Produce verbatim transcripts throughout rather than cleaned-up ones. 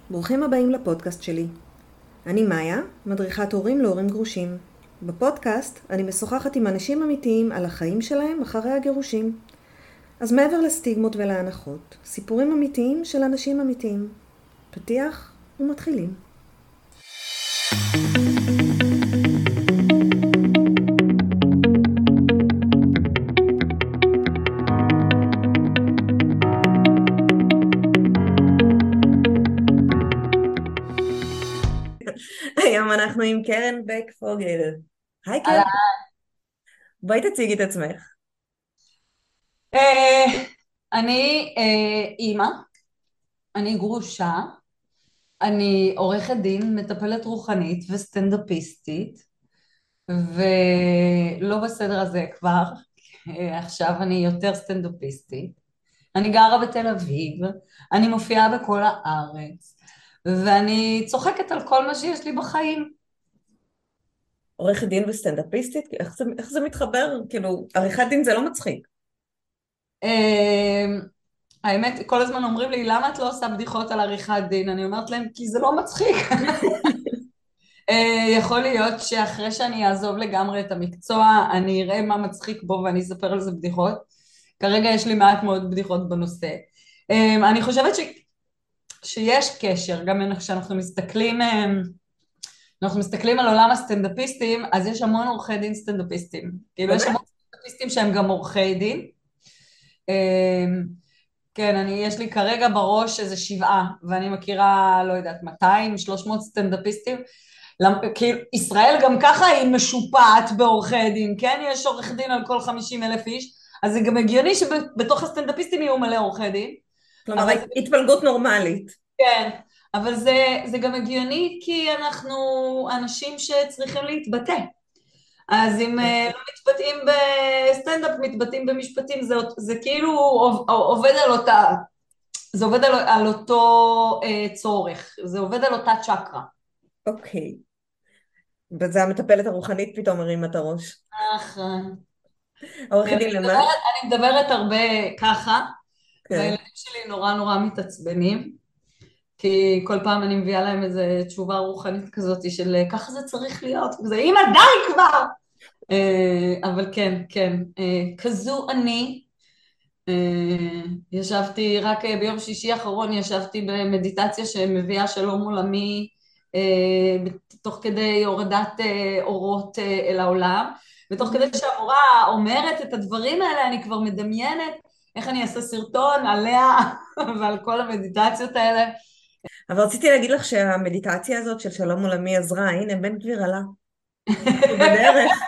ברוכים הבאים לפודקאסט שלי. אני מאיה, מדריכת הורים להורים גרושים. בפודקאסט אני משוחחת עם אנשים אמיתיים על החיים שלהם אחרי הגירושים. אז מעבר לסטיגמות ולהנחות, סיפורים אמיתיים של אנשים אמיתיים. פתיח ומתחילים. היום אנחנו עם קרן בק פוגל. היי קרן, אהלן. בואי תציגי את עצמך. אה, אני אה, אימא, אני גרושה, אני עורכת דין, מטפלת רוחנית וסטנדאפיסטית, ולא בסדר הזה כבר, אה, עכשיו אני יותר סטנדאפיסטית. אני גרה בתל אביב, אני מופיעה בכל הארץ, ואני צוחקת על כל מה שיש לי בחיים. עורכת דין וסטנדאפיסטית? איך זה, איך זה מתחבר? כאילו, עריכת דין זה לא מצחיק. אה, האמת, כל הזמן אומרים לי, למה את לא עושה בדיחות על עריכת דין? אני אומרת להם, כי זה לא מצחיק. אה, יכול להיות שאחרי שאני אעזוב לגמרי את המקצוע, אני אראה מה מצחיק בו ואני אספר על זה בדיחות. כרגע יש לי מעט מאוד בדיחות בנושא. אה, אני חושבת ש... שיש קשר, גם כשאנחנו מסתכלים, אה, אנחנו מסתכלים על עולם הסטנדאפיסטים, אז יש המון עורכי דין סטנדאפיסטים. כאילו יש באמת? המון סטנדאפיסטים שהם גם עורכי דין. אה, כן, אני, יש לי כרגע בראש איזה שבעה, ואני מכירה, לא יודעת, מאתיים, שלוש מאות סטנדאפיסטים. למ- כי ישראל גם ככה היא משופעת בעורכי דין, כן? יש עורך דין על כל חמישים אלף איש, אז זה גם הגיוני שבתוך הסטנדאפיסטים יהיו מלא עורכי דין, כלומר, אבל זה, התפלגות נורמלית. כן, אבל זה, זה גם הגיוני כי אנחנו אנשים שצריכים להתבטא. אז אם אה, לא מתבטאים בסטנדאפ, מתבטאים במשפטים, זה, זה כאילו עוב- עובד על אותה, זה עובד על, על אותו אה, צורך, זה עובד על אותה צ'קרה. אוקיי. וזה המטפלת הרוחנית פתאום הרימה את הראש. נכון. עורכת כן, דין אני למה? מדברת, אני מדברת הרבה ככה, כן. והילדים שלי נורא נורא מתעצבנים, כי כל פעם אני מביאה להם איזו תשובה רוחנית כזאת של ככה זה צריך להיות, כזה, אמא די כבר! אה, אבל כן, כן, אה, כזו אני, אה, ישבתי רק אה, ביום שישי האחרון, ישבתי במדיטציה שמביאה שלום עולמי, אה, תוך כדי הורדת אה, אורות אה, אל העולם, ותוך כדי שהמורה אומרת את הדברים האלה, אני כבר מדמיינת איך אני אעשה סרטון עליה ועל כל המדיטציות האלה. אבל רציתי להגיד לך שהמדיטציה הזאת של שלום עולמי עזרה, הנה בן גביר עלה, הוא בדרך.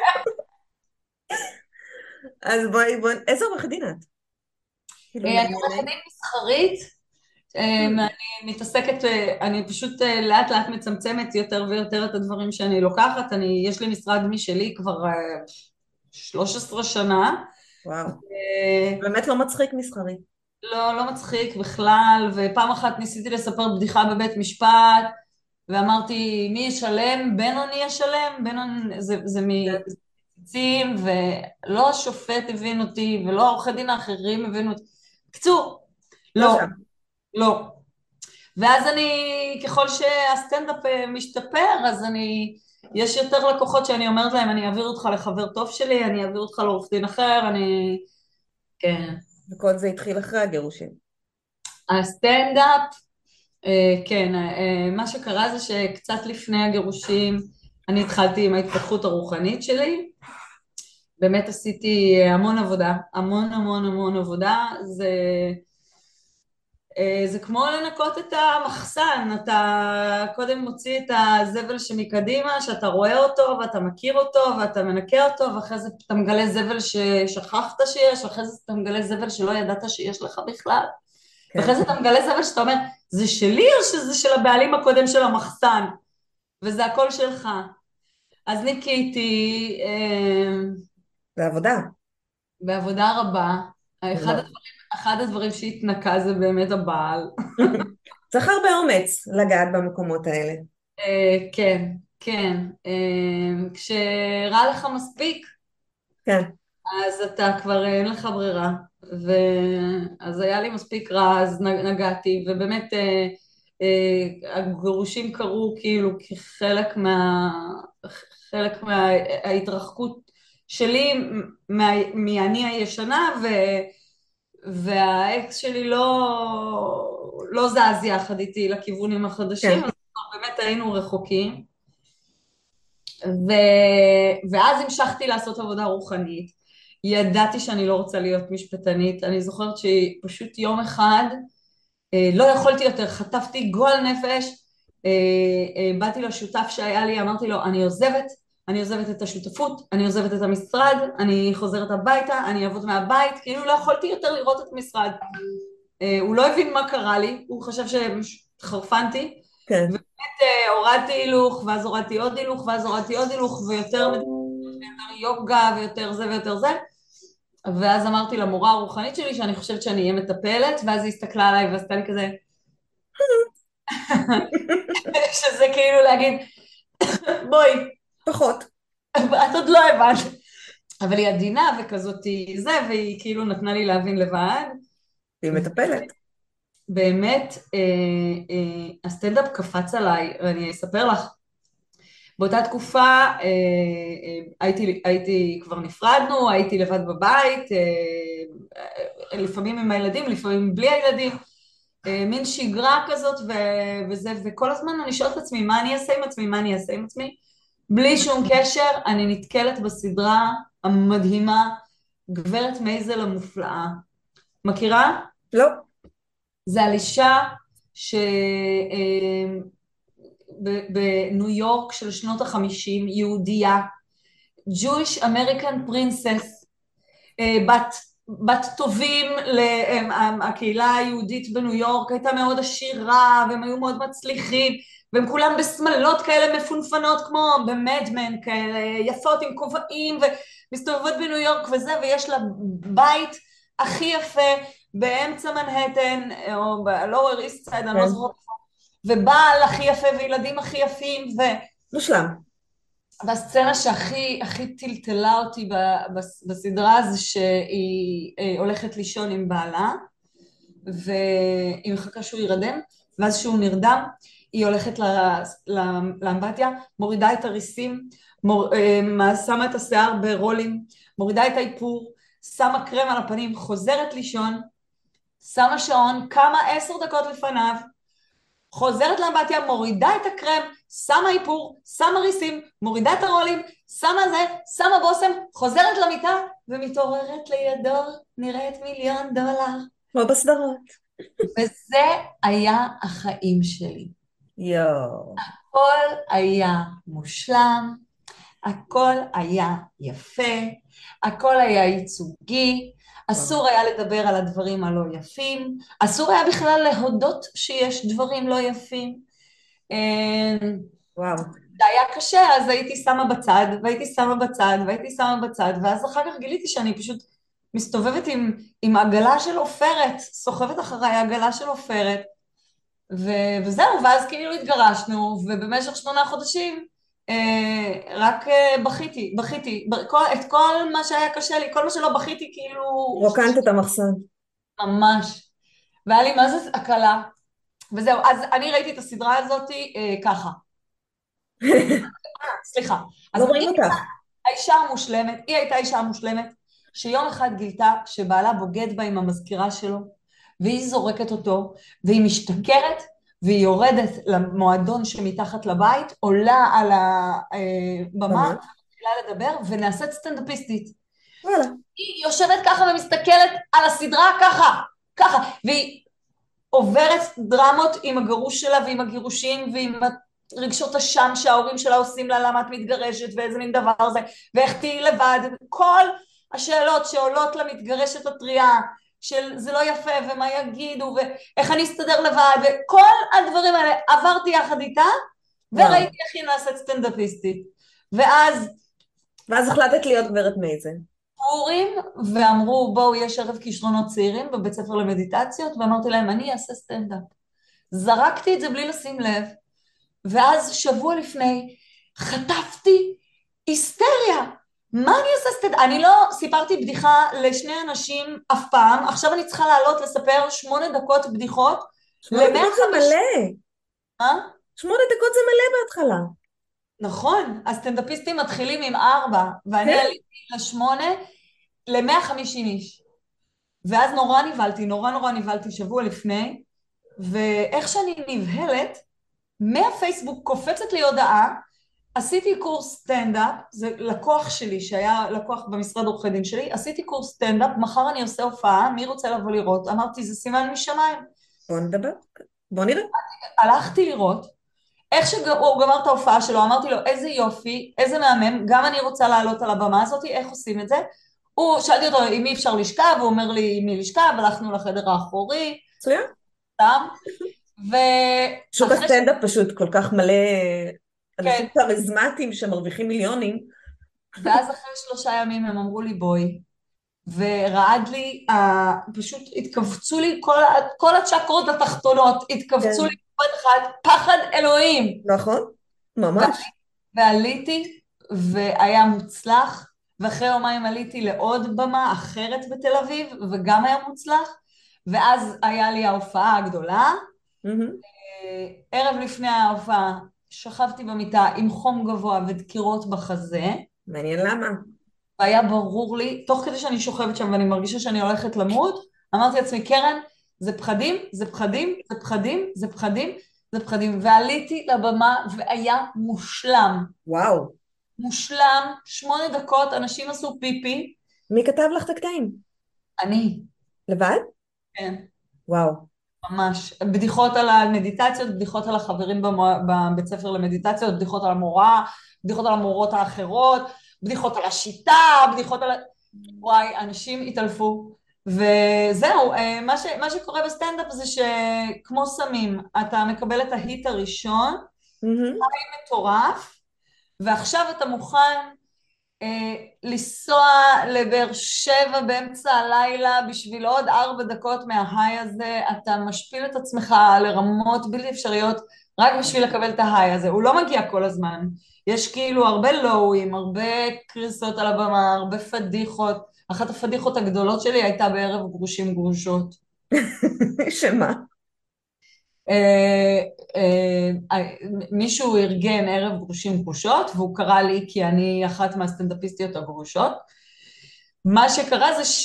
אז בואי, בואי, איזה עורכת דין את? כאילו אה, אני עורכת לענייני? דין מסחרית, אה, Hmm, אני מתעסקת, אה, אני פשוט אה, לאט לאט מצמצמת יותר ויותר את הדברים שאני לוקחת, אני, יש לי משרד משלי כבר אה, שלוש עשרה שנה, וואו. אה, באמת לא מצחיק מסחרי. לא, לא מצחיק בכלל, ופעם אחת ניסיתי לספר בדיחה בבית משפט, ואמרתי, מי ישלם? בן-אוני ישלם? בן-אוני, זה, זה כן. מציצים, ולא השופט הבין אותי, ולא העורכי דין האחרים הבינו אותי. בקיצור, לא לא, שם. לא. ואז אני, ככל שהסטנדאפ אה, משתפר, אז אני, יש יותר לקוחות שאני אומרת להם, אני אעביר אותך לחבר טוב שלי, אני אעביר אותך לעורך דין אחר, אני... כן. וכל זה התחיל אחרי הגירושים. הסטנדאפ, אה, כן, אה, מה שקרה זה שקצת לפני הגירושים, אני התחלתי עם ההתפתחות הרוחנית שלי, באמת עשיתי המון עבודה, המון המון המון עבודה, זה... אה, זה כמו לנקות את המחסן, אתה קודם מוציא את הזבל שמקדימה, שאתה רואה אותו ואתה מכיר אותו ואתה מנקה אותו, ואחרי זה אתה מגלה זבל ששכחת שיש, ואחרי זה אתה מגלה זבל שלא ידעת שיש לך בכלל, ואחרי כן. זה אתה מגלה זבל שאתה אומר, זה שלי או שזה של הבעלים הקודם של המחסן, וזה הכל שלך. אז ניקיתי אה, זה עבודה. בעבודה רבה, אחד וואו. הדברים, אחד הדברים שהתנקה זה באמת הבעל. צריך הרבה אומץ לגעת במקומות האלה. אה, כן, כן. אה, כשרע לך מספיק, כן. אז אתה כבר אין לך ברירה. ואז היה לי מספיק רע, אז נ- נגעתי, ובאמת, אה, הגירושים קרו כאילו כחלק מה... חלק מההתרחקות שלי מה- מהאני הישנה, ו... והאקס שלי לא, לא זז יחד איתי לכיוונים החדשים, כן. אז באמת היינו רחוקים. ו... ואז המשכתי לעשות עבודה רוחנית. ידעתי שאני לא רוצה להיות משפטנית. אני זוכרת שפשוט יום אחד אה, לא יכולתי יותר, חטפתי גועל נפש, אה, אה, באתי לשותף שהיה לי, אמרתי לו, אני עוזבת, אני עוזבת את השותפות, אני עוזבת את המשרד, אני חוזרת הביתה, אני אעבוד מהבית, כאילו לא יכולתי יותר לראות את המשרד. אה, הוא לא הבין מה קרה לי, הוא חשב שהתחרפנתי, כן. ובאמת אה, הורדתי הילוך, ואז הורדתי עוד הילוך, ואז הורדתי עוד הילוך, ויותר מד- ויותר יוגה, ויותר זה ויותר זה, ואז אמרתי למורה הרוחנית שלי שאני חושבת שאני אהיה מטפלת, ואז היא הסתכלה עליי ועשתה לי כזה, שזה כאילו להגיד, בואי, פחות. את עוד לא הבנת. אבל היא עדינה וכזאת זה, והיא כאילו נתנה לי להבין לבד. היא מטפלת. באמת, אה, אה, הסטנדאפ קפץ עליי, ואני אספר לך. באותה תקופה אה, אה, הייתי, הייתי, כבר נפרדנו, הייתי לבד בבית, אה, אה, לפעמים עם הילדים, לפעמים בלי הילדים, אה, מין שגרה כזאת ו- וזה, וכל הזמן אני שואלת את עצמי, מה אני אעשה עם עצמי, מה אני אעשה עם עצמי? בלי שום קשר, אני נתקלת בסדרה המדהימה, גברת מייזל המופלאה. מכירה? לא. זה על אישה ש... בניו יורק של שנות החמישים, יהודייה, Jewish American Princess, אה, בת, בת טובים, הקהילה היהודית בניו יורק הייתה מאוד עשירה, והם היו מאוד מצליחים, והם כולם בשמלות כאלה מפונפנות, כמו במדמן כאלה, יפות עם כובעים, ומסתובבות בניו יורק וזה, ויש לה בית הכי יפה, באמצע מנהטן, או ב-Lower East Side, אני לא כן. זוכרת, ובעל הכי יפה, וילדים הכי יפים, ו... מושלם. והסצנה שהכי הכי טלטלה אותי ב- בס- בסדרה זה שהיא אה, הולכת לישון עם בעלה, והיא מחכה שהוא ירדם, ואז שהוא נרדם, היא הולכת ל- ל- לאמבטיה, מורידה את הריסים, מור, אה, שמה את השיער ברולים, מורידה את האיפור, שמה קרם על הפנים, חוזרת לישון, שמה שעון, קמה עשר דקות לפניו, חוזרת לאמבטיה, מורידה את הקרם, שמה איפור, שמה ריסים, מורידה את הרולים, שמה זה, שמה בושם, חוזרת למיטה ומתעוררת לידו, נראית מיליון דולר. כמו בסדרות. וזה היה החיים שלי. יואו. הכל היה מושלם, הכל היה יפה, הכל היה ייצוגי, אסור היה לדבר על הדברים הלא יפים, אסור היה בכלל להודות שיש דברים לא יפים. וואו. זה היה קשה, אז הייתי שמה בצד, והייתי שמה בצד, והייתי שמה בצד, ואז אחר כך גיליתי שאני פשוט מסתובבת עם, עם עגלה של עופרת, סוחבת אחריי עגלה של עופרת, ו- וזהו, ואז כאילו התגרשנו, ובמשך שמונה חודשים אה, רק אה, בכיתי, בכיתי, ב- כל, את כל מה שהיה קשה לי, כל מה שלא בכיתי כאילו רוקנת את המחסן. ממש, והיה לי מה זה הקלה, וזהו, אז אני ראיתי את הסדרה הזאת אה, ככה, סליחה, לא אז רואים היא אותך. האישה המושלמת, היא הייתה אישה המושלמת, שיום אחד גילתה שבעלה בוגד בה עם המזכירה שלו, והיא זורקת אותו, והיא משתכרת, והיא יורדת למועדון שמתחת לבית, עולה על הבמה, במה? מתחילה לדבר, ונעשית סטנדאפיסטית. וואלה. היא יושבת ככה ומסתכלת על הסדרה ככה, ככה, והיא עוברת דרמות עם הגרוש שלה ועם הגירושים ועם רגשות אשם שההורים שלה עושים לה, למה את מתגרשת ואיזה מין דבר זה, ואיך תהיי לבד, כל השאלות שעולות למתגרשת הטריה, של זה לא יפה ומה יגידו ואיך אני אסתדר לבד, וכל הדברים האלה עברתי יחד איתה, וואו. וראיתי איך היא נעשית סטנדאפיסטית. ואז ואז החלטת להיות גברת מייזן. פורים, ואמרו בואו יש ערב כישרונות צעירים בבית ספר למדיטציות, ואמרתי להם אני אעשה סטנדאפ. זרקתי את זה בלי לשים לב, ואז שבוע לפני חטפתי היסטריה. מה אני אעשה סטנדאפ? אני לא סיפרתי בדיחה לשני אנשים אף פעם, עכשיו אני צריכה לעלות לספר שמונה דקות בדיחות שמונה למאה דקות זה וחמישים, מלא. מה? שמונה דקות זה מלא בהתחלה. נכון, הסטנדאפיסטים מתחילים עם ארבע, ואני כן. עליתי לשמונה ל-מאה וחמישים איש. ואז נורא נבהלתי, נורא נורא נבהלתי שבוע לפני, ואיך שאני נבהלת, מהפייסבוק קופצת לי הודעה, עשיתי קורס סטנדאפ, זה לקוח שלי שהיה לקוח במשרד עורכי דין שלי, עשיתי קורס סטנדאפ, מחר אני עושה הופעה, מי רוצה לבוא לראות? אמרתי, זה סימן משמיים. בוא נדבר. בוא נראה. הלכתי לראות, איך שהוא גמר את ההופעה שלו, אמרתי לו, איזה יופי, איזה מהמם, גם אני רוצה לעלות על הבמה הזאת, איך עושים את זה? הוא, שאלתי אותו, עם מי אפשר לשכב? הוא אומר לי, עם מי לשכב? הלכנו לחדר האחורי, מצוין. סתם, שוק ואחרי ש... הסטנדאפ פשוט כל כך מלא אנשים כן, כריזמטיים שמרוויחים מיליונים. ואז אחרי שלושה ימים הם אמרו לי, בואי, ורעד לי, uh, פשוט התכווצו לי כל, ה- כל הצ'קרות התחתונות, התכווצו לי כן. כל אחד, פחד אלוהים. נכון? ממש. ועליתי, והיה מוצלח, ואחרי יומיים עליתי לעוד במה אחרת בתל אביב, וגם היה מוצלח, ואז היה לי ההופעה הגדולה, מהמם. ערב לפני ההופעה שכבתי במיטה עם חום גבוה ודקירות בחזה, מעניין למה. והיה ברור לי, תוך כדי שאני שוכבת שם ואני מרגישה שאני הולכת למות, אמרתי לעצמי, קרן, זה פחדים, זה פחדים, זה פחדים, זה פחדים, זה פחדים, ועליתי לבמה והיה מושלם. וואו. מושלם, שמונה דקות, אנשים עשו פיפי, מי כתב לך את הקטעים? אני, לבד? כן, וואו. ממש. בדיחות על המדיטציות, בדיחות על החברים במו... בבית ספר למדיטציות, בדיחות על המורה, בדיחות על המורות האחרות, בדיחות על השיטה, בדיחות על... וואי, אנשים התעלפו. וזהו, אה, מה, ש... מה שקורה בסטנדאפ זה שכמו סמים, אתה מקבל את ההיט הראשון, מהמם. מטורף, ועכשיו אתה מוכן אה, לנסוע לבאר שבע באמצע הלילה בשביל עוד ארבע דקות מההיי הזה, אתה משפיל את עצמך לרמות בלתי אפשריות רק בשביל לקבל את ההיי הזה, הוא לא מגיע כל הזמן, יש כאילו הרבה לואוים, הרבה קריסות על הבמה, הרבה פדיחות, אחת הפדיחות הגדולות שלי הייתה בערב גרושים גרושות. שמה? אה, אה, אה, מישהו ארגן ערב גרושים גרושות והוא קרא לי כי אני אחת מהסטנדאפיסטיות הגרושות. מה שקרה זה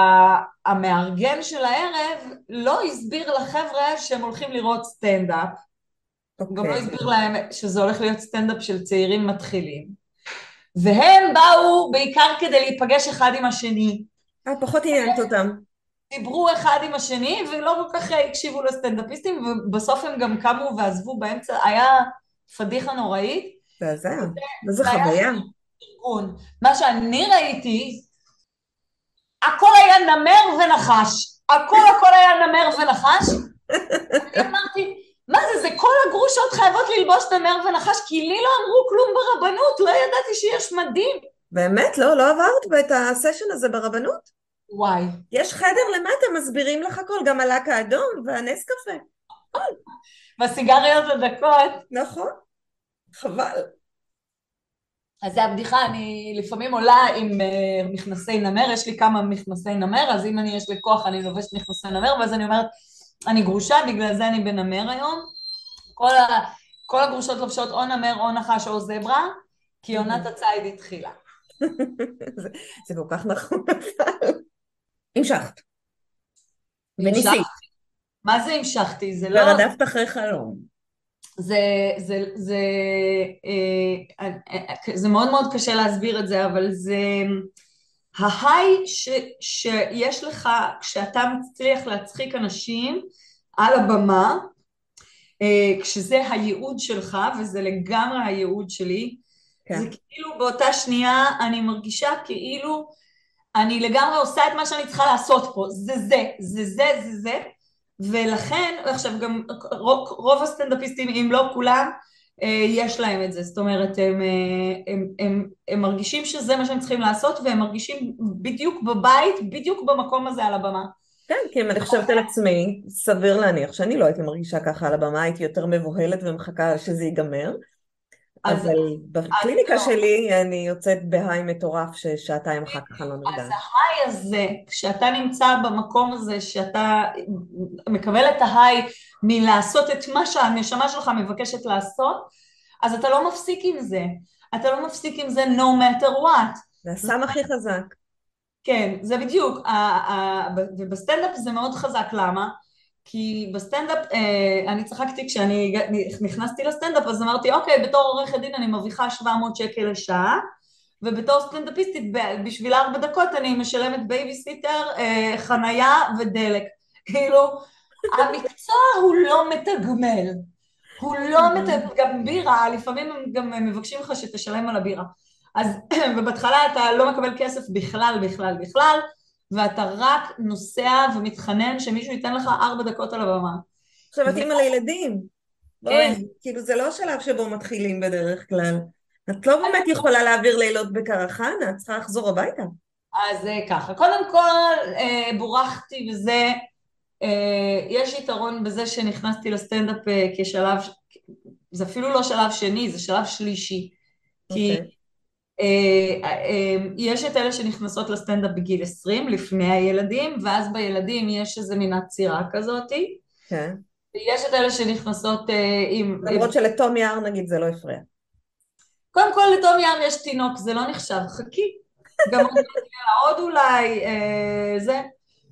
שהמארגן של הערב לא הסביר לחבר'ה שהם הולכים לראות סטנדאפ, הוא גם לא אוקיי. הסביר להם שזה הולך להיות סטנדאפ של צעירים מתחילים, והם באו בעיקר כדי להיפגש אחד עם השני, אה, פחות עניינת אותם. דיברו אחד עם השני ולא כל כך הקשיבו לסטנדאפיסטים, ובסוף הם גם קמו ועזבו באמצע, היה פדיחה נוראית, זה זה. וזה והיה חוויה. ארגון. מה שאני ראיתי, הכל היה נמר ונחש, הכל הכל היה נמר ונחש, אני אמרתי, מה זה, זה כל הגרושות חייבות ללבוש נמר ונחש, כי לי לא אמרו כלום ברבנות, לא ידעתי שיש מדים. באמת? לא, לא עברת את הסשן הזה ברבנות? וואי. יש חדר למטה, מסבירים לך הכל, גם הלק האדום והנס קפה. בסיגריות הדקות. נכון, חבל. אז זה הבדיחה, אני לפעמים עולה עם uh, מכנסי נמר, יש לי כמה מכנסי נמר, אז אם אני יש לי כוח אני לובשת מכנסי נמר, ואז אני אומרת, אני גרושה, בגלל זה אני בנמר היום. כל, ה, כל הגרושות לובשות או נמר או נחש או זברה, כי עונת הציד התחילה. זה, זה כל כך נכון. המשכת. המשכתי. וניסית. מה זה המשכתי? זה לא... ורדפת אחרי חלום. זה, זה, זה, אה, אה, זה מאוד מאוד קשה להסביר את זה, אבל זה ההיי ש, שיש לך כשאתה מצליח להצחיק אנשים על הבמה, אה, כשזה הייעוד שלך, וזה לגמרי הייעוד שלי, כן. זה כאילו באותה שנייה אני מרגישה כאילו אני לגמרי עושה את מה שאני צריכה לעשות פה, זה זה, זה זה, זה זה, ולכן, עכשיו גם רוב, רוב הסטנדאפיסטים, אם לא כולם, יש להם את זה, זאת אומרת, הם, הם, הם, הם מרגישים שזה מה שהם צריכים לעשות, והם מרגישים בדיוק בבית, בדיוק במקום הזה על הבמה. כן, כי אם אני חושבת על עצמי, סביר להניח שאני לא הייתי מרגישה ככה על הבמה, הייתי יותר מבוהלת ומחכה שזה ייגמר, אז, אבל אז בקליניקה לא. שלי אני יוצאת בהיי מטורף ששעתיים אחר כך אני לא אז נרגעת. ההיי הזה, כשאתה נמצא במקום הזה, שאתה מקבל את ההיי מלעשות את מה שהנשמה שלך מבקשת לעשות, אז אתה לא מפסיק עם זה. אתה לא מפסיק עם זה no matter what. זה הסם הכי חזק. כן, זה בדיוק. ה- ה- ובסטנדאפ זה מאוד חזק, למה? כי בסטנדאפ, אה, אני צחקתי כשאני הגע- נכנסתי לסטנדאפ, אז אמרתי, אוקיי, בתור עורכת דין אני מרוויחה שבע מאות שקל לשעה, ובתור סטנדאפיסטית ב- בשביל ארבע דקות אני משלמת בייביסיטר, אה, חנייה ודלק. כאילו, המקצוע הוא לא מתגמל. הוא לא מתגמל, גם בירה, לפעמים הם גם מבקשים לך שתשלם על הבירה. אז, ובהתחלה אתה לא מקבל כסף בכלל, בכלל, בכלל, ואתה רק נוסע ומתחנן שמישהו ייתן לך ארבע דקות על הבמה. עכשיו את וכן, אימא לילדים. בואי, כאילו זה לא השלב שבו מתחילים בדרך כלל. את לא באמת יכולה להעביר לילות בקרחנה, את צריכה לחזור הביתה. אז אה, ככה, קודם כל אה, בורחתי בזה, אה, יש יתרון בזה שנכנסתי לסטנדאפ אה, כשלב, זה אפילו לא שלב שני, זה שלב שלישי, כי אוקיי. אה, אה, יש את אלה שנכנסות לסטנדאפ בגיל עשרים, לפני הילדים, ואז בילדים יש איזה מין עצירה כזאתי, כן. ויש את אלה שנכנסות אה, עם... למרות שלתום יער נגיד זה לא הפריע. קודם כל לתום יער יש תינוק, זה לא נחשב, חכי. גם עוד עוד אולי, אה, זה.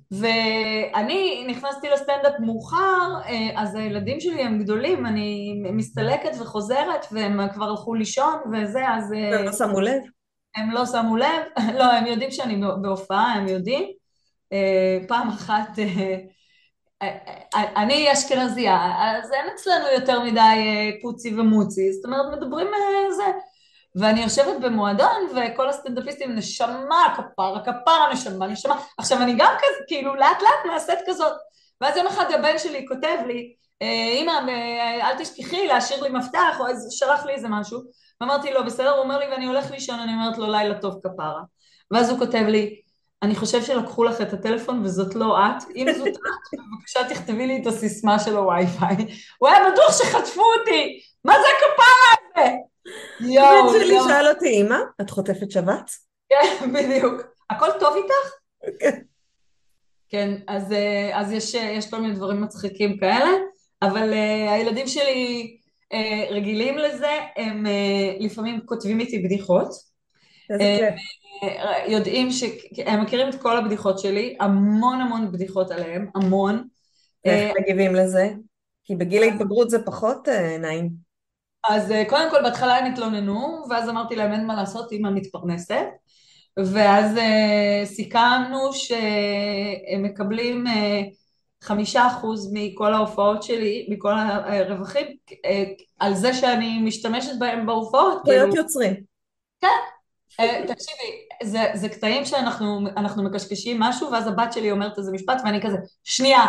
ואני נכנסתי לסטנדאפ מאוחר, אה, אז הילדים שלי הם גדולים, אני מסתלקת וחוזרת, והם כבר הלכו לישון וזה, אז והם אה, לא שמו לב. הם לא שמו לב, לא, הם יודעים שאני בהופעה, הם יודעים. אה, פעם אחת, אה, אה, אה, אני אשכנזייה, אז אין אצלנו יותר מדי אה, פוצי ומוצי, זאת אומרת מדברים אה, זה. ואני יושבת במועדון וכל הסטנדאפיסטים נשמה, כפרה, כפרה, נשמה, נשמה. עכשיו אני גם כזה, כאילו לאט לאט נעשית כזאת. ואז יום אחד הבן שלי כותב לי, אמא, אל תשכחי להשאיר לי מפתח, או איזה, שלח לי איזה משהו. ואמרתי לו, בסדר, הוא אומר לי, ואני הולך לישון, אני אומרת לו, לילה טוב כפרה. ואז הוא כותב לי, אני חושב שלקחו לך את הטלפון וזאת לא את, אם זאת את, בבקשה תכתבי לי את הסיסמה של הווי-פיי. הוא היה בטוח שחטפו אותי, מה זה הכפרה הזה? הבן יואו, שלי יואו, שאל אותי, אמא, את חוטפת שבץ? כן, בדיוק. הכל טוב איתך? כן. כן, אז, אה, אז יש, יש כל מיני דברים מצחיקים כאלה, אבל uh, הילדים שלי uh, רגילים לזה, הם uh, לפעמים כותבים איתי בדיחות, איזה הם כיף. uh, יודעים שהם מכירים את כל הבדיחות שלי, המון המון בדיחות עליהם, המון. ואיך Uh, מגיבים לזה? כי בגיל ההתבגרות זה פחות אה, נעים. אז uh, קודם כל בהתחלה הם התלוננו, ואז אמרתי להם אין מה לעשות, אמא מתפרנסת. ואז uh, סיכמנו שהם מקבלים uh, חמישה אחוז מכל ההופעות שלי, מכל הרווחים, uh, על זה שאני משתמשת בהם בהופעות, זכויות כאילו, יוצרים. uh, תקשיבי, זה, זה קטעים שאנחנו אנחנו מקשקשים משהו, ואז הבת שלי אומרת איזה משפט, ואני כזה, שנייה,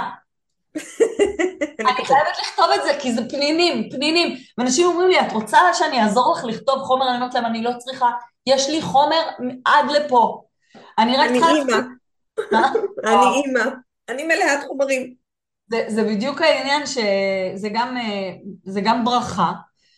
אני אני כותבת. חייבת לכתוב את זה, כי זה פנינים, פנינים, ואנשים אומרים לי, את רוצה שאני אעזור לך לכתוב חומר? אני אומרת להם, אני לא צריכה, יש לי חומר עד לפה. אני רק אני צריכה אימא. להחליט, מה? אני אימא. אני מלאת חומרים. זה, זה בדיוק העניין שזה גם, אה, זה גם ברכה,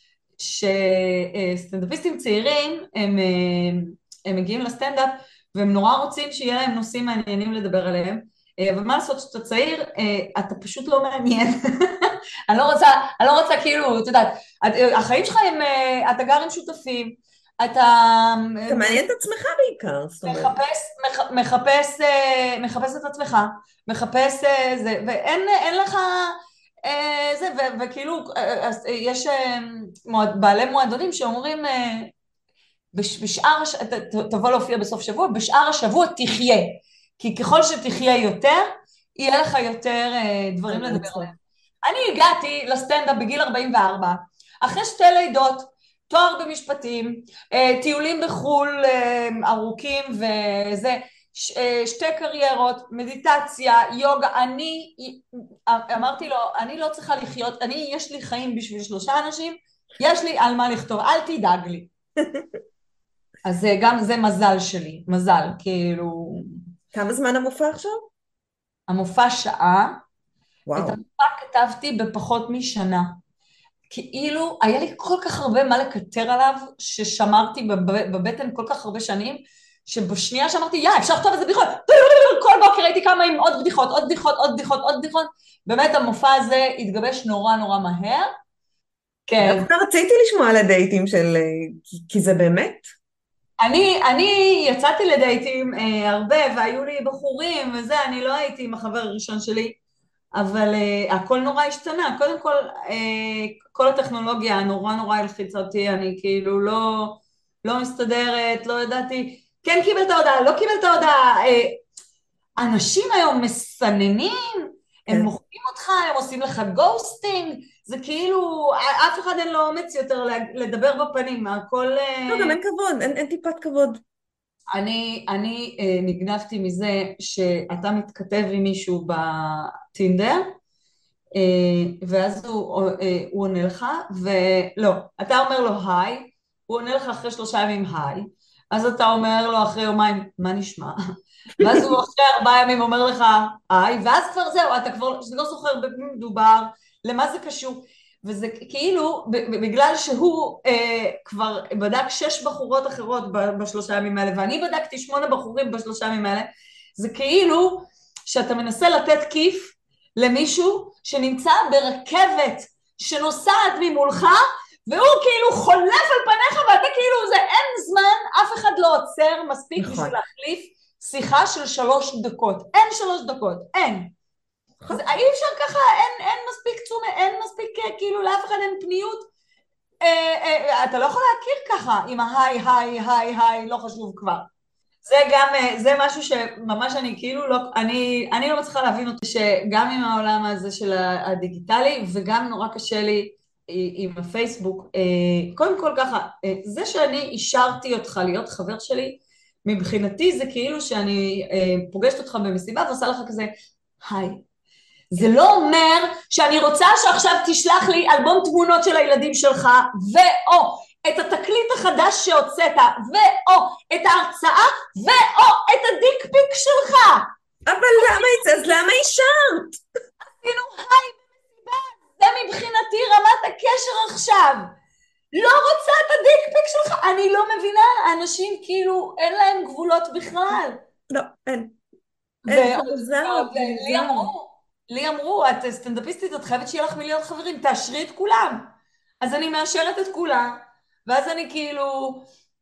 שסטנדאפיסטים צעירים הם, אה, הם מגיעים לסטנדאפ והם נורא רוצים שיהיה להם נושאים מעניינים לדבר עליהם, אה, אבל מה לעשות שאתה צעיר, אה, אתה פשוט לא מעניין. אני לא רוצה, אני לא רוצה כאילו, את יודעת, החיים שלך הם, אה, אתה גר עם שותפים, אתה אתה מעניין את עצמך בעיקר, זאת אומרת. מחפש, מח, מחפש, אה, מחפש את עצמך, מחפש אה, זה, ואין אין לך אה, זה, ו, וכאילו, אה, אז, אה, יש אה, מועד, בעלי מועדונים שאומרים, אה, בש, בשאר, הש- ת, ת, תבוא להופיע בסוף שבוע, בשאר השבוע תחיה, כי ככל שתחיה יותר, יהיה לך יותר אה, על דברים מה לדבר לצחוק. עליהם. אני הגעתי לסטנדאפ בגיל ארבעים וארבע, אחרי שתי לידות, תואר במשפטים, אה, טיולים בחו"ל אה, ארוכים וזה, ש, אה, שתי קריירות, מדיטציה, יוגה, אני אמרתי לו, אני לא צריכה לחיות, אני יש לי חיים בשביל שלושה אנשים, יש לי על מה לכתוב, אל תדאג לי. אז זה גם, זה מזל שלי, מזל, כאילו, כמה זמן המופע עכשיו? המופע שעה, את וואו. המופע כתבתי בפחות משנה. כאילו היה לי כל כך הרבה מה לקטר עליו, ששמרתי בב- בבטן כל כך הרבה שנים, שבשנייה שאמרתי, יא, אפשר לכתוב איזה בדיחות, כל בוקר הייתי קמה עם עוד בדיחות, עוד בדיחות, עוד בדיחות, עוד בדיחות, באמת המופע הזה התגבש נורא נורא מהר, כן. דווקא רציתי לשמוע על הדייטים של... כי, כי זה באמת? אני, אני יצאתי לדייטים אה, הרבה, והיו לי בחורים וזה, אני לא הייתי עם החבר הראשון שלי, אבל uh, הכל נורא השתנה. קודם כל, uh, כל הטכנולוגיה נורא נורא הלחיצה אותי, אני כאילו לא, לא מסתדרת, לא ידעתי, כן קיבלת הודעה, לא קיבלת הודעה. Uh, אנשים היום מסננים, הם כן. מוחקים אותך, הם עושים לך גוסטינג, זה כאילו, אף אחד אין לו אומץ יותר לדבר בפנים, הכל... לא, גם Uh, אין כבוד, אין, אין טיפת כבוד. אני, אני אה, נגנבתי מזה שאתה מתכתב עם מישהו בטינדר, אה, ואז הוא, אה, הוא עונה לך, ולא, אתה אומר לו היי, הוא עונה לך אחרי שלושה ימים היי, אז אתה אומר לו אחרי יומיים, מה נשמע? ואז הוא אחרי ארבעה ימים אומר לך היי, ואז כבר זהו, אתה כבר לא זוכר במי מדובר, למה זה קשור, וזה כאילו, ב- ב- בגלל שהוא אה, כבר בדק שש בחורות אחרות ב- בשלושה ימים האלה, ואני בדקתי שמונה בחורים בשלושה ימים האלה, זה כאילו שאתה מנסה לתת כיף למישהו שנמצא ברכבת שנוסעת ממולך, והוא כאילו חולף על פניך, ואתה כאילו, זה אין זמן, אף אחד לא עוצר מספיק נכון. בשביל להחליף שיחה של שלוש דקות. אין שלוש דקות, אין. נכון. זה, אי אפשר ככה, אין, אין מספיק תשומה, אין מספיק, אה, כאילו לאף אחד אין פניות. אה, אה, אתה לא יכול להכיר ככה עם ההיי, היי, היי, היי, לא חשוב כבר. זה גם, אה, זה משהו שממש אני כאילו לא, אני, אני לא מצליחה להבין אותי שגם עם העולם הזה של הדיגיטלי, וגם נורא קשה לי אה, עם הפייסבוק. אה, קודם כל ככה, אה, זה שאני אישרתי אותך להיות חבר שלי, מבחינתי זה כאילו שאני אה, פוגשת אותך במסיבה ועושה לך כזה, היי. זה לא אומר שאני רוצה שעכשיו תשלח לי אלבום תמונות של הילדים שלך, ואו את התקליט החדש שהוצאת, ואו את ההרצאה, ואו את הדיק פיק שלך. אבל למה, אז למה אישרת? עשינו היי במסיבה, זה מבחינתי רמת הקשר עכשיו. לא רוצה את הדיק פיק שלך, אני לא מבינה, אנשים כאילו אין להם גבולות בכלל. לא, אין. אין, זה ועוד מוזר, ועוד זה לי מוזר. אמרו, לי אמרו, את סטנדאפיסטית, את חייבת שיהיה לך מיליון חברים, תאשרי את כולם. אז אני מאשרת את כולם, ואז אני כאילו,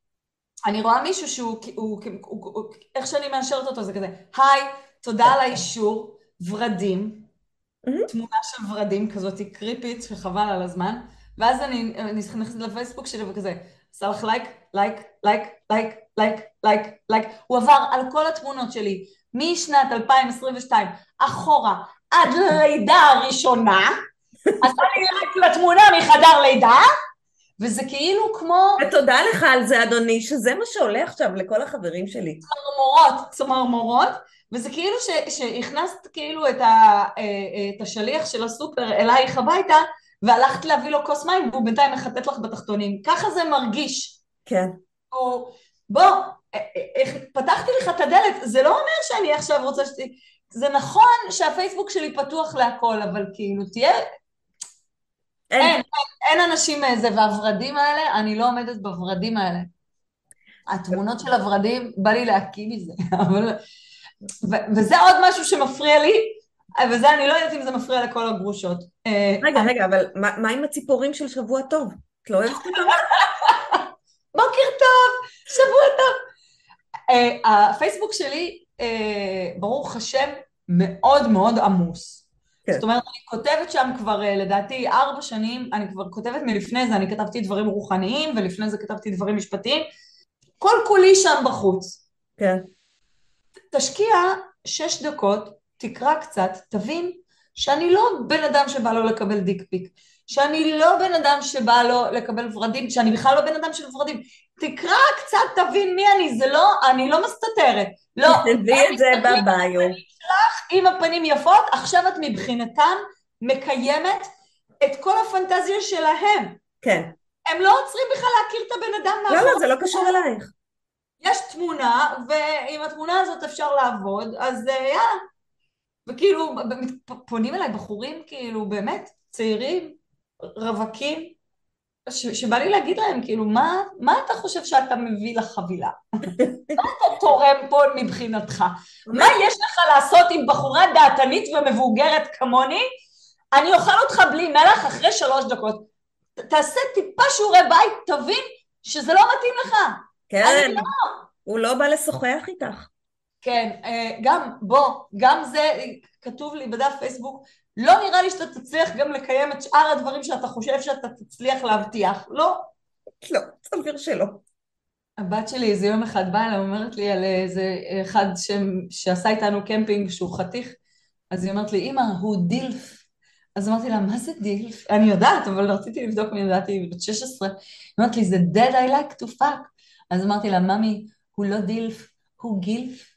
אני רואה מישהו שהוא, הוא, הוא, הוא, הוא, איך שאני מאשרת אותו זה כזה, היי, תודה על האישור, ורדים, מהמם. תמונה של ורדים כזאת קריפית שחבל על הזמן, ואז אני אני נכנסת לפייסבוק שלי וכזה, עשה לך לייק, לייק, לייק, לייק, לייק, לייק, לייק, הוא עבר על כל התמונות שלי, משנת אלפיים עשרים ושתיים אחורה עד ללידה הראשונה, עשה לי לייק לתמונה מחדר לידה, וזה כאילו כמו ותודה לך על זה, אדוני, שזה מה שעולה עכשיו לכל החברים שלי. צמרמורות, צמרמורות, וזה כאילו ש, שהכנסת כאילו את, ה, אה, את השליח של הסופר אלייך הביתה, והלכת להביא לו כוס מים, והוא בינתיים מחטט לך בתחתונים. ככה זה מרגיש. כן. הוא, בוא, אה, אה, פתחתי לך את הדלת, זה לא אומר שאני עכשיו רוצה ש... זה נכון שהפייסבוק שלי פתוח להכל, אבל כאילו תהיה... אין. אין, אין, אין אנשים איזה, והוורדים האלה, אני לא עומדת בוורדים האלה. התמונות של הוורדים, בא לי להקיא מזה, אבל... ו- וזה עוד משהו שמפריע לי, וזה אני לא יודעת אם זה מפריע לכל הגרושות. אה, רגע, אני- רגע, אבל מה, מה עם הציפורים של שבוע טוב? את לא אוהבת אותם? בוקר טוב, שבוע טוב. אה, הפייסבוק שלי, אה, ברוך השם, מאוד מאוד עמוס. כן. זאת אומרת, אני כותבת שם כבר אה, לדעתי ארבע שנים, אני כבר כותבת מלפני זה, אני כתבתי דברים רוחניים, ולפני זה כתבתי דברים משפטיים, כל כולי שם בחוץ. כן. תשקיע שש דקות, תקרא קצת, תבין שאני לא בן אדם שבא לו לקבל דיק פיק, שאני לא בן אדם שבא לו לקבל ורדים, שאני בכלל לא בן אדם של ורדים, תקרא קצת, תבין מי אני, זה לא, אני לא מסתתרת, לא, תכתבי את זה בביו. אם הפנים יפות, עכשיו את מבחינתם מקיימת את כל הפנטזיה שלהם, כן. הם לא עוצרים בכלל להכיר את הבן אדם לא, מאחורי. לא, זה לא קשור אלייך. יש תמונה, ועם התמונה הזאת אפשר לעבוד, אז אה, יאללה. וכאילו, פונים אליי בחורים, כאילו, באמת, צעירים, רווקים, ש, שבא לי להגיד להם, כאילו, מה, מה אתה חושב שאתה מביא לחבילה? מה אתה תורם פה מבחינתך? מה ממש, יש לך לעשות עם בחורה דעתנית ומבוגרת כמוני? אני אוכל אותך בלי מלח אחרי שלוש דקות. ת- תעשה טיפה שיעורי בית, תבין שזה לא מתאים לך. אני כן, לא. הוא לא בא לשוחח איתך. כן, אה, גם, בוא, גם זה כתוב לי בדף פייסבוק, לא נראה לי שאתה תצליח גם לקיים את שאר הדברים שאתה חושב שאתה תצליח להבטיח. לא. לא, סביר שלא. הבת שלי איזה יום אחד באה לה, אומרת לי על איזה אחד ש... שעשה איתנו קמפינג שהוא חתיך, אז היא אומרת לי, אמא, הוא דילף. אז אמרתי לה, מה זה דילף? אני יודעת, אבל רציתי לבדוק מי ידעתי, היא בת שש עשרה. היא אומרת לי, זה dead I like to fuck. אז אמרתי לה, ממי, הוא לא דילף, הוא גילף.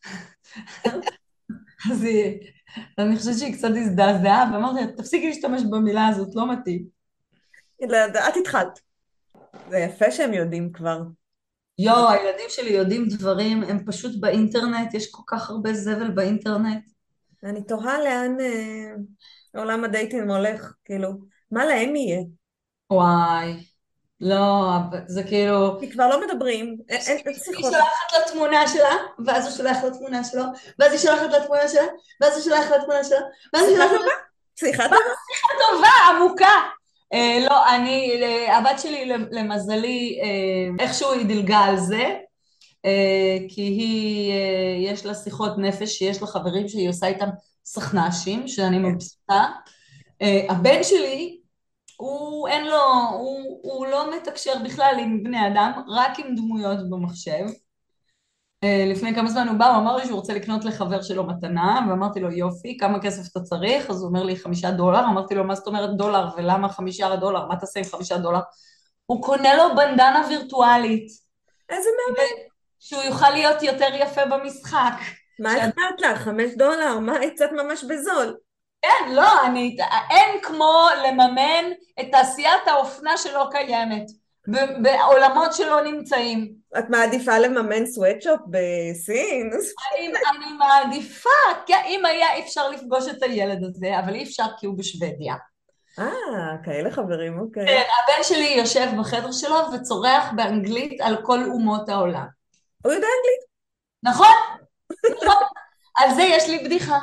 אז היא, אני חושבת שהיא קצת הזדעזעה, ואמרתי לה, תפסיקי להשתמש במילה הזאת, לא מתאים. לא, את התחלת. זה יפה שהם יודעים כבר. יואו, הילדים שלי יודעים דברים, הם פשוט באינטרנט, יש כל כך הרבה זבל באינטרנט. אני תוהה לאן אה, עולם הדייטים הולך, כאילו, מה להם יהיה? וואי, לא, זה כאילו, כי כבר לא מדברים, אין, אין, אין היא שיחות. שולחת לה תמונה שלה, ואז הוא שולח לה תמונה שלו, ואז היא שולחת לה תמונה שלה, ואז הוא שולח לה תמונה שלה, ואז היא שיחה שולחת לה טובה? שיחה טובה? תמונה טובה, עמוקה. אה, לא, אני, אה, הבת שלי למזלי, אה, איכשהו היא דילגה על זה, אה, כי היא, אה, יש לה שיחות נפש, שיש לה חברים שהיא עושה איתם סכנ"שים, שאני כן. מבסוטה. אה, הבן שלי, הוא אין לו, הוא, הוא לא מתקשר בכלל עם בני אדם, רק עם דמויות במחשב. אה, לפני כמה זמן הוא בא, הוא אמר לי שהוא רוצה לקנות לחבר שלו מתנה, ואמרתי לו יופי, כמה כסף אתה צריך? אז הוא אומר לי חמישה דולר, אמרתי לו מה זאת אומרת דולר, ולמה חמישה דולר, מה תעשה עם חמישה דולר? הוא קונה לו בנדנה וירטואלית, איזה מהמם. כדי שהוא יוכל להיות יותר יפה במשחק. מה אכפת לך? חמש דולר? מה, יצאת ממש בזול. כן, לא, אני, אין כמו לממן את תעשיית האופנה שלא קיימת, ב- בעולמות שלא נמצאים. את מעדיפה לממן סוואטשופ בסין? אני, אני מעדיפה, כן, אם היה אפשר לפגוש את הילד הזה, אבל אי אפשר כי הוא בשוודיה. אה, כאלה חברים, אוקיי. כן, הבן שלי יושב בחדר שלו וצורח באנגלית על כל אומות העולם. הוא יודע אנגלית. נכון? נכון. על זה יש לי בדיחה.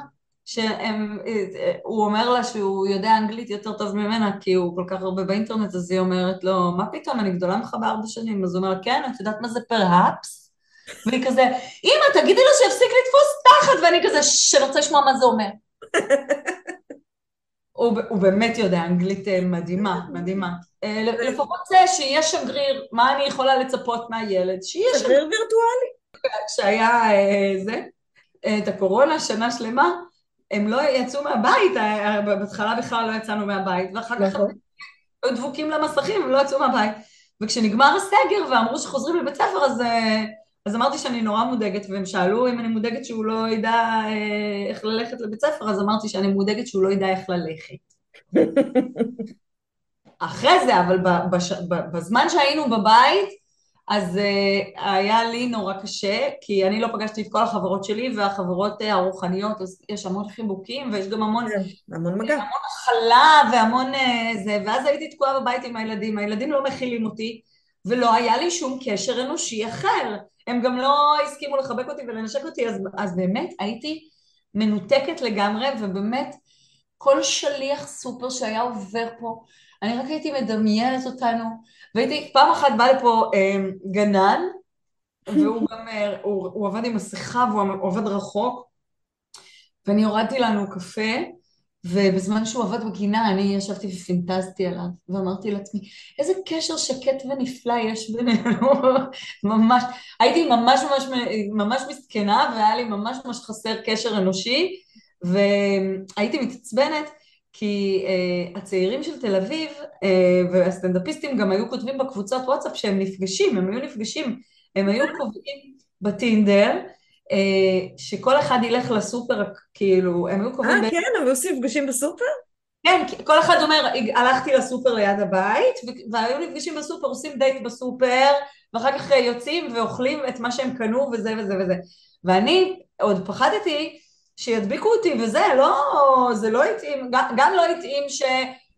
שהוא אומר לה שהוא יודע אנגלית יותר טוב ממנה כי הוא כל כך הרבה באינטרנט, אז היא אומרת לו, מה פתאום, אני גדולה ממך בארבע שנים. אז הוא אומר, כן, את יודעת מה זה פרהפס? והיא כזה, אמא, תגידי לו שיפסיק לתפוס תחת, ואני כזה, שאני רוצה לשמוע מה זה אומר. הוא, הוא באמת יודע אנגלית אה, מדהימה, מדהימה. אה, לפחות זה שיהיה שגריר, מה אני יכולה לצפות מהילד? שיהיה שגריר. שגריר וירטואלי. כשהיה אה, זה, אה, את הקורונה, שנה שלמה, הם לא יצאו מהבית, אה, בהתחלה בכלל לא יצאנו מהבית, ואחר כך הם נכון. היו דבוקים למסכים, הם לא יצאו מהבית. וכשנגמר הסגר ואמרו שחוזרים לבית ספר, אז, אה, אז אמרתי שאני נורא מודאגת, והם שאלו אם אני מודאגת שהוא לא ידע אה, איך ללכת לבית ספר, אז אמרתי שאני מודאגת שהוא לא ידע איך ללכת. אחרי זה, אבל בש... בזמן שהיינו בבית, אז uh, היה לי נורא קשה, כי אני לא פגשתי את כל החברות שלי, והחברות uh, הרוחניות, אז יש המון חיבוקים, ויש גם המון, כן, המון מגע. המון הכלה, והמון uh, זה, ואז הייתי תקועה בבית עם הילדים, הילדים לא מכילים אותי, ולא היה לי שום קשר אנושי אחר, הם גם לא הסכימו לחבק אותי ולנשק אותי, אז, אז באמת הייתי מנותקת לגמרי, ובאמת, כל שליח סופר שהיה עובר פה, אני רק הייתי מדמיינת אותנו, והייתי, פעם אחת בא לפה אה, גנן, והוא גם, אה, הוא, הוא עבד עם מסכה והוא עבד רחוק, ואני הורדתי לנו קפה, ובזמן שהוא עבד בגינה, אני ישבתי ופינטזתי עליו, ואמרתי לעצמי, איזה קשר שקט ונפלא יש בינינו, ממש, הייתי ממש ממש, ממש מסכנה, והיה לי ממש ממש חסר קשר אנושי, והייתי מתעצבנת, כי uh, הצעירים של תל אביב, uh, והסטנדאפיסטים גם היו כותבים בקבוצות וואטסאפ שהם נפגשים, הם היו נפגשים, הם היו קובעים בטינדר, uh, שכל אחד ילך לסופר, כאילו, הם היו אה, קובעים כן, הם היו נפגשים בסופר? כן, כל אחד אומר, הלכתי לסופר ליד הבית, והיו נפגשים בסופר, עושים דייט בסופר, ואחר כך יוצאים ואוכלים את מה שהם קנו וזה וזה וזה. ואני עוד פחדתי שידביקו אותי, וזה לא, זה לא התאים, גם לא התאים ש...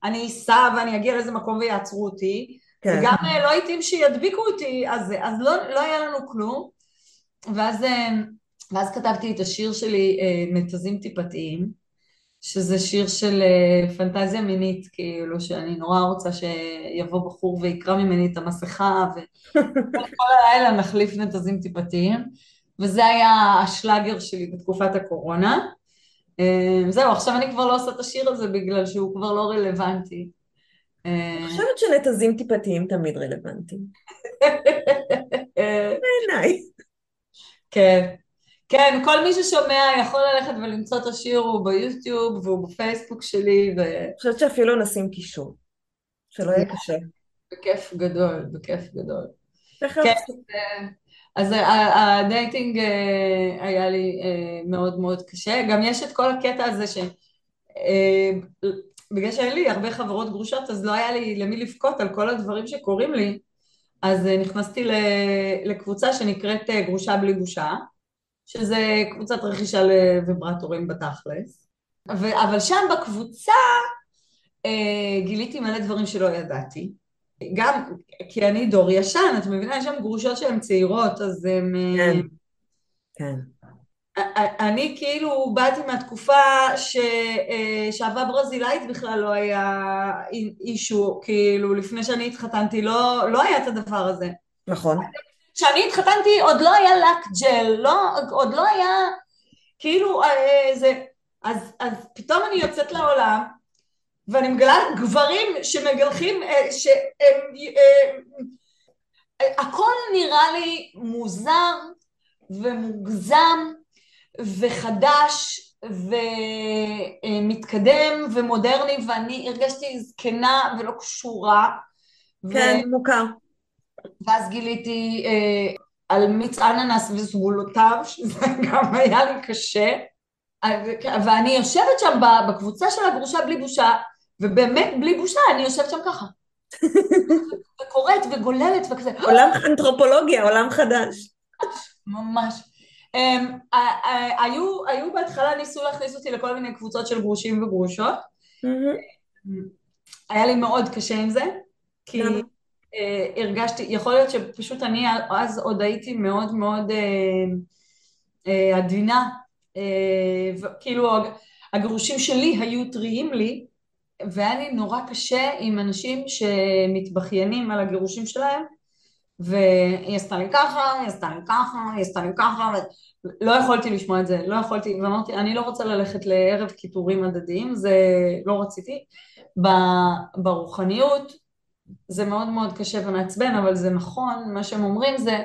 אני אסע ואני אגיע לאיזה מקום ויעצרו אותי, כן. וגם לא הייתי שידביקו אותי, אז, אז לא, לא היה לנו כלום. ואז, ואז כתבתי את השיר שלי, נתזים טיפתיים, שזה שיר של פנטזיה מינית, כאילו שאני נורא רוצה שיבוא בחור ויקרא ממני את המסכה, וכל הלילה נחליף נתזים טיפתיים, וזה היה השלאגר שלי בתקופת הקורונה. זהו, עכשיו אני כבר לא עושה את השיר הזה בגלל שהוא כבר לא רלוונטי. אני חושבת שנתזים טיפתיים תמיד רלוונטיים. בעיניי. כן, כן, כל מי ששומע יכול ללכת ולמצוא את השיר, הוא ביוטיוב והוא בפייסבוק שלי. ו... אני חושבת שאפילו נשים קישור, שלא יהיה קשה. בכיף גדול, בכיף גדול. כן, תכף. אז הדייטינג היה לי מאוד מאוד קשה. גם יש את כל הקטע הזה ש... בגלל שאין לי הרבה חברות גרושות, אז לא היה לי למי לבכות על כל הדברים שקורים לי, אז נכנסתי לקבוצה שנקראת גרושה בלי בושה, שזה קבוצת רכישה לוויברטורים בתכלס. אבל שם בקבוצה גיליתי מלא דברים שלא ידעתי. גם כי אני דור ישן, את מבינה, יש שם גרושות שהן צעירות, אז הן... כן, כן. אני כאילו באתי מהתקופה ש... שאהבה ברזילאית בכלל לא היה אישו, כאילו לפני שאני התחתנתי לא, לא היה את הדבר הזה. נכון. כשאני התחתנתי עוד לא היה לק ג'ל, לא, עוד לא היה כאילו זה, אז, אז פתאום אני יוצאת לעולם ואני מגלה גברים שמגלחים, שהם, הכל נראה לי מוזר ומוגזם וחדש ומתקדם ומודרני, ואני הרגשתי זקנה ולא קשורה. כן, ו... מוכר. ואז גיליתי אה, על מיץ אננס וסגולותיו, שזה גם היה לי קשה. ואני יושבת שם בקבוצה של הגרושה בלי בושה, ובאמת בלי בושה, אני יושבת שם ככה. וקוראת וגוללת וכזה. עולם אנתרופולוגיה, עולם חדש. ממש. היו, היו בהתחלה ניסו להכניס אותי לכל מיני קבוצות של גרושים וגרושות. היה לי מאוד קשה עם זה, כי הרגשתי, יכול להיות שפשוט אני אז עוד הייתי מאוד מאוד עדינה, וכאילו הגרושים שלי היו טריים לי, והיה לי נורא קשה עם אנשים שמתבחיינים על הגירושים שלהם, והיא עשתה לי ככה, היא עשתה לי ככה, היא עשתה לי ככה, לא יכולתי לשמוע את זה, לא יכולתי, ואמרתי, אני לא רוצה ללכת לערב כיפורים הדדיים, זה לא רציתי. ברוחניות זה מאוד מאוד קשה ומעצבן, אבל זה נכון, מה שהם אומרים זה,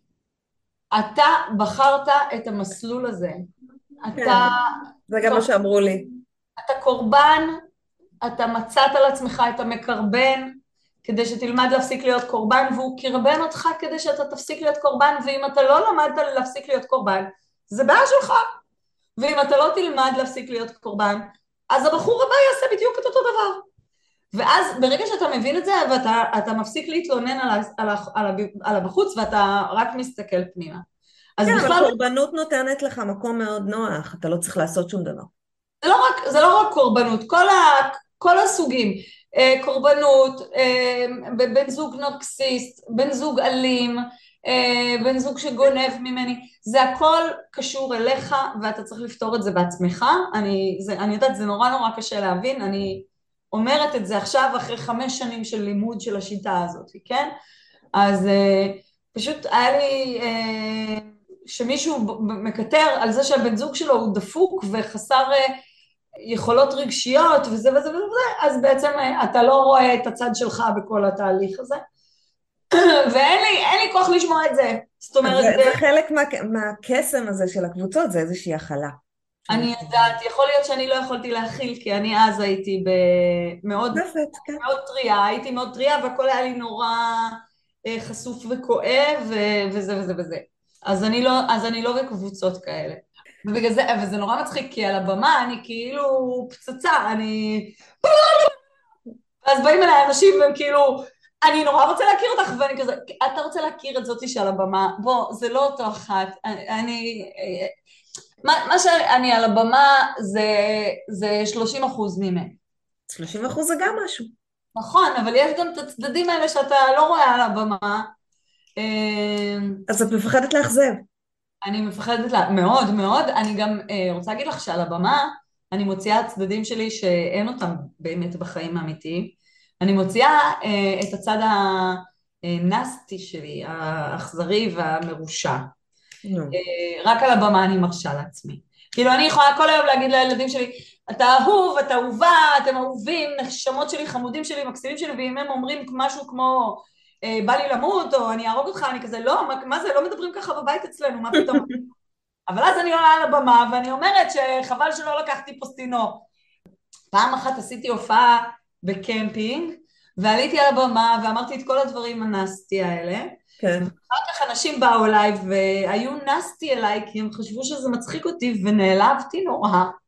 אתה בחרת את המסלול הזה, אתה... זה גם מה שאמרו לי. אתה קורבן, אתה מצאת על עצמך את המקרבן, כדי שתלמד להפסיק להיות קורבן, והוא קרבן אותך כדי שאתה תפסיק להיות קורבן, ואם אתה לא למדת להפסיק להיות קורבן, זה בעיה שלך. ואם אתה לא תלמד להפסיק להיות קורבן, אז הבחור הבא יעשה בדיוק את אותו דבר. ואז ברגע שאתה מבין את זה, ואתה אתה מפסיק להתלונן על, על, על, על הבחוץ, ואתה רק מסתכל פנימה. אז כן, בכלל... אבל קורבנות נותנת לך מקום מאוד נוח, אתה לא צריך לעשות שום דבר. זה לא רק, זה לא רק קורבנות, כל, ה, כל הסוגים. קורבנות, בן זוג נרקסיסט, בן זוג אלים, בן זוג שגונב ממני, זה הכל קשור אליך ואתה צריך לפתור את זה בעצמך. אני, זה, אני יודעת, זה נורא נורא קשה להבין, אני אומרת את זה עכשיו אחרי חמש שנים של לימוד של השיטה הזאת, כן? אז פשוט היה לי שמישהו מקטר על זה שהבן זוג שלו הוא דפוק וחסר יכולות רגשיות וזה וזה וזה, אז בעצם אתה לא רואה את הצד שלך בכל התהליך הזה, ואין לי, אין לי כוח לשמוע את זה. זאת אומרת... זה, זה חלק מה, מהקסם הזה של הקבוצות, זה איזושהי הכלה. אני יודעת, יכול להיות שאני לא יכולתי להכיל, כי אני אז הייתי מאוד, מאוד טריה, הייתי מאוד טריה, והכל היה לי נורא חשוף וכואב, וזה וזה וזה. אז אני לא, אז אני לא בקבוצות כאלה. ובגלל זה, וזה נורא מצחיק, כי על הבמה אני כאילו פצצה, אני... ואז באים אליי אנשים והם כאילו, אני נורא רוצה להכיר אותך, ואני כזה, אתה רוצה להכיר את זאתי שעל הבמה, בוא, זה לא אותו אחת, אני... מה, מה שאני על הבמה זה, זה שלושים אחוז ממני. שלושים אחוז זה גם משהו. נכון, אבל יש גם את הצדדים האלה שאתה לא רואה על הבמה. אה, אז את מפחדת לאכזב. אני מפחדת לה, מאוד מאוד, אני גם אה, רוצה להגיד לך שעל הבמה אני מוציאה צדדים שלי שאין אותם באמת בחיים האמיתיים. אני מוציאה אה, את הצד הנסטי שלי, האכזרי והמרושע. נו. אה, רק על הבמה אני מרשה לעצמי. כאילו אני יכולה כל היום להגיד לילדים שלי, אתה אהוב, אתה אהובה, אתם אהובים, נשמות שלי, חמודים שלי, מקסימים שלי, ואם הם אומרים משהו כמו אה, בא לי למות, או אני אהרוג אותך, אני כזה, לא, מה, מה זה, לא מדברים ככה בבית אצלנו, מה פתאום? אבל אז אני עולה על הבמה, ואני אומרת שחבל שלא לקחתי פוסטינו. פעם אחת עשיתי הופעה בקמפינג, ועליתי על הבמה ואמרתי את כל הדברים הנסטי האלה, כן. אחר כך אנשים באו אליי והיו נסטי אליי כי הם חשבו שזה מצחיק אותי ונעלבתי נורא.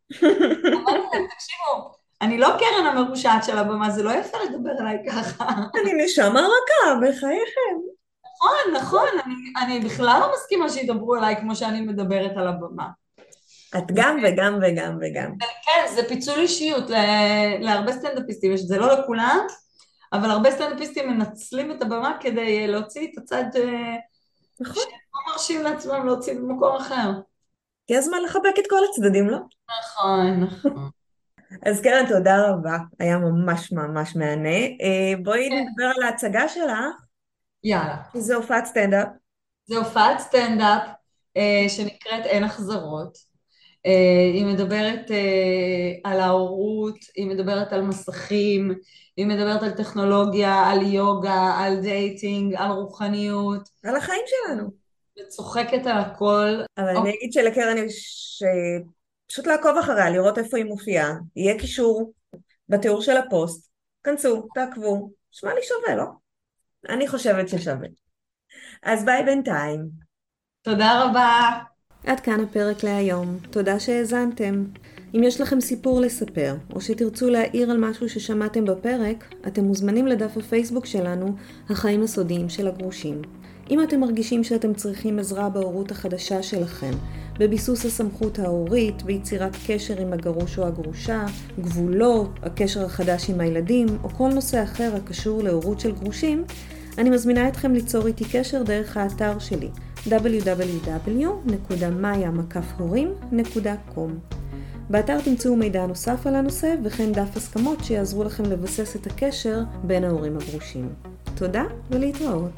אמרתי להם, תקשיבו, אני לא קרן המרושעת של הבמה, זה לא יפה לדבר אליי ככה. אני נשמה רכה, בחייכם. נכון, נכון, אני, אני בכלל לא מסכימה שידברו אליי כמו שאני מדברת על הבמה. את גם וגם וגם וגם. כן, זה פיצול אישיות, ל- להרבה סטנדאפיסטים, יש- זה לא לכולם, אבל הרבה סטנדאפיסטים מנצלים את הבמה כדי להוציא את הצד אה, נכון. שהם לא מרשים לעצמם להוציא במקום אחר. הגיע הזמן לחבק את כל הצדדים, לא? נכון, נכון. אז קרן, תודה רבה. היה ממש ממש מהנה. אה, בואי נדבר על ההצגה שלך, יאללה. שזה הופעת סטנדאפ. זו הופעת סטנדאפ אה, שנקראת אין החזרות. אה, היא מדברת אה, על ההורות, היא מדברת על מסכים, היא מדברת על טכנולוגיה, על יוגה, על דייטינג, על רוחניות, על החיים שלנו. וצוחקת על הכל. אבל אני אוקיי, אגיד שלקרן יש אה, פשוט לעקוב אחריה, לראות איפה היא מופיעה. יהיה קישור בתיאור של הפוסט. כנסו, תעקבו. שמע לי שווה, לא? אני חושבת ששווה. אז ביי בינתיים. תודה רבה. עד כאן הפרק להיום. תודה שהאזנתם. אם יש לכם סיפור לספר, או שתרצו להעיר על משהו ששמעתם בפרק, אתם מוזמנים לדף הפייסבוק שלנו, החיים הסודיים של הגרושים. אם אתם מרגישים שאתם צריכים עזרה בהורות החדשה שלכם, בביסוס הסמכות ההורית, ביצירת קשר עם הגרוש או הגרושה, גבולות, הקשר החדש עם הילדים, או כל נושא אחר הקשור להורות של גרושים, אני מזמינה אתכם ליצור איתי קשר דרך האתר שלי, דאבליו דאבליו דאבליו נקודה מאיה מקף הורים נקודה קום. באתר תמצאו מידע נוסף על הנושא וכן דף הסכמות שיעזרו לכם לבסס את הקשר בין ההורים הגרושים. תודה ולהתראות.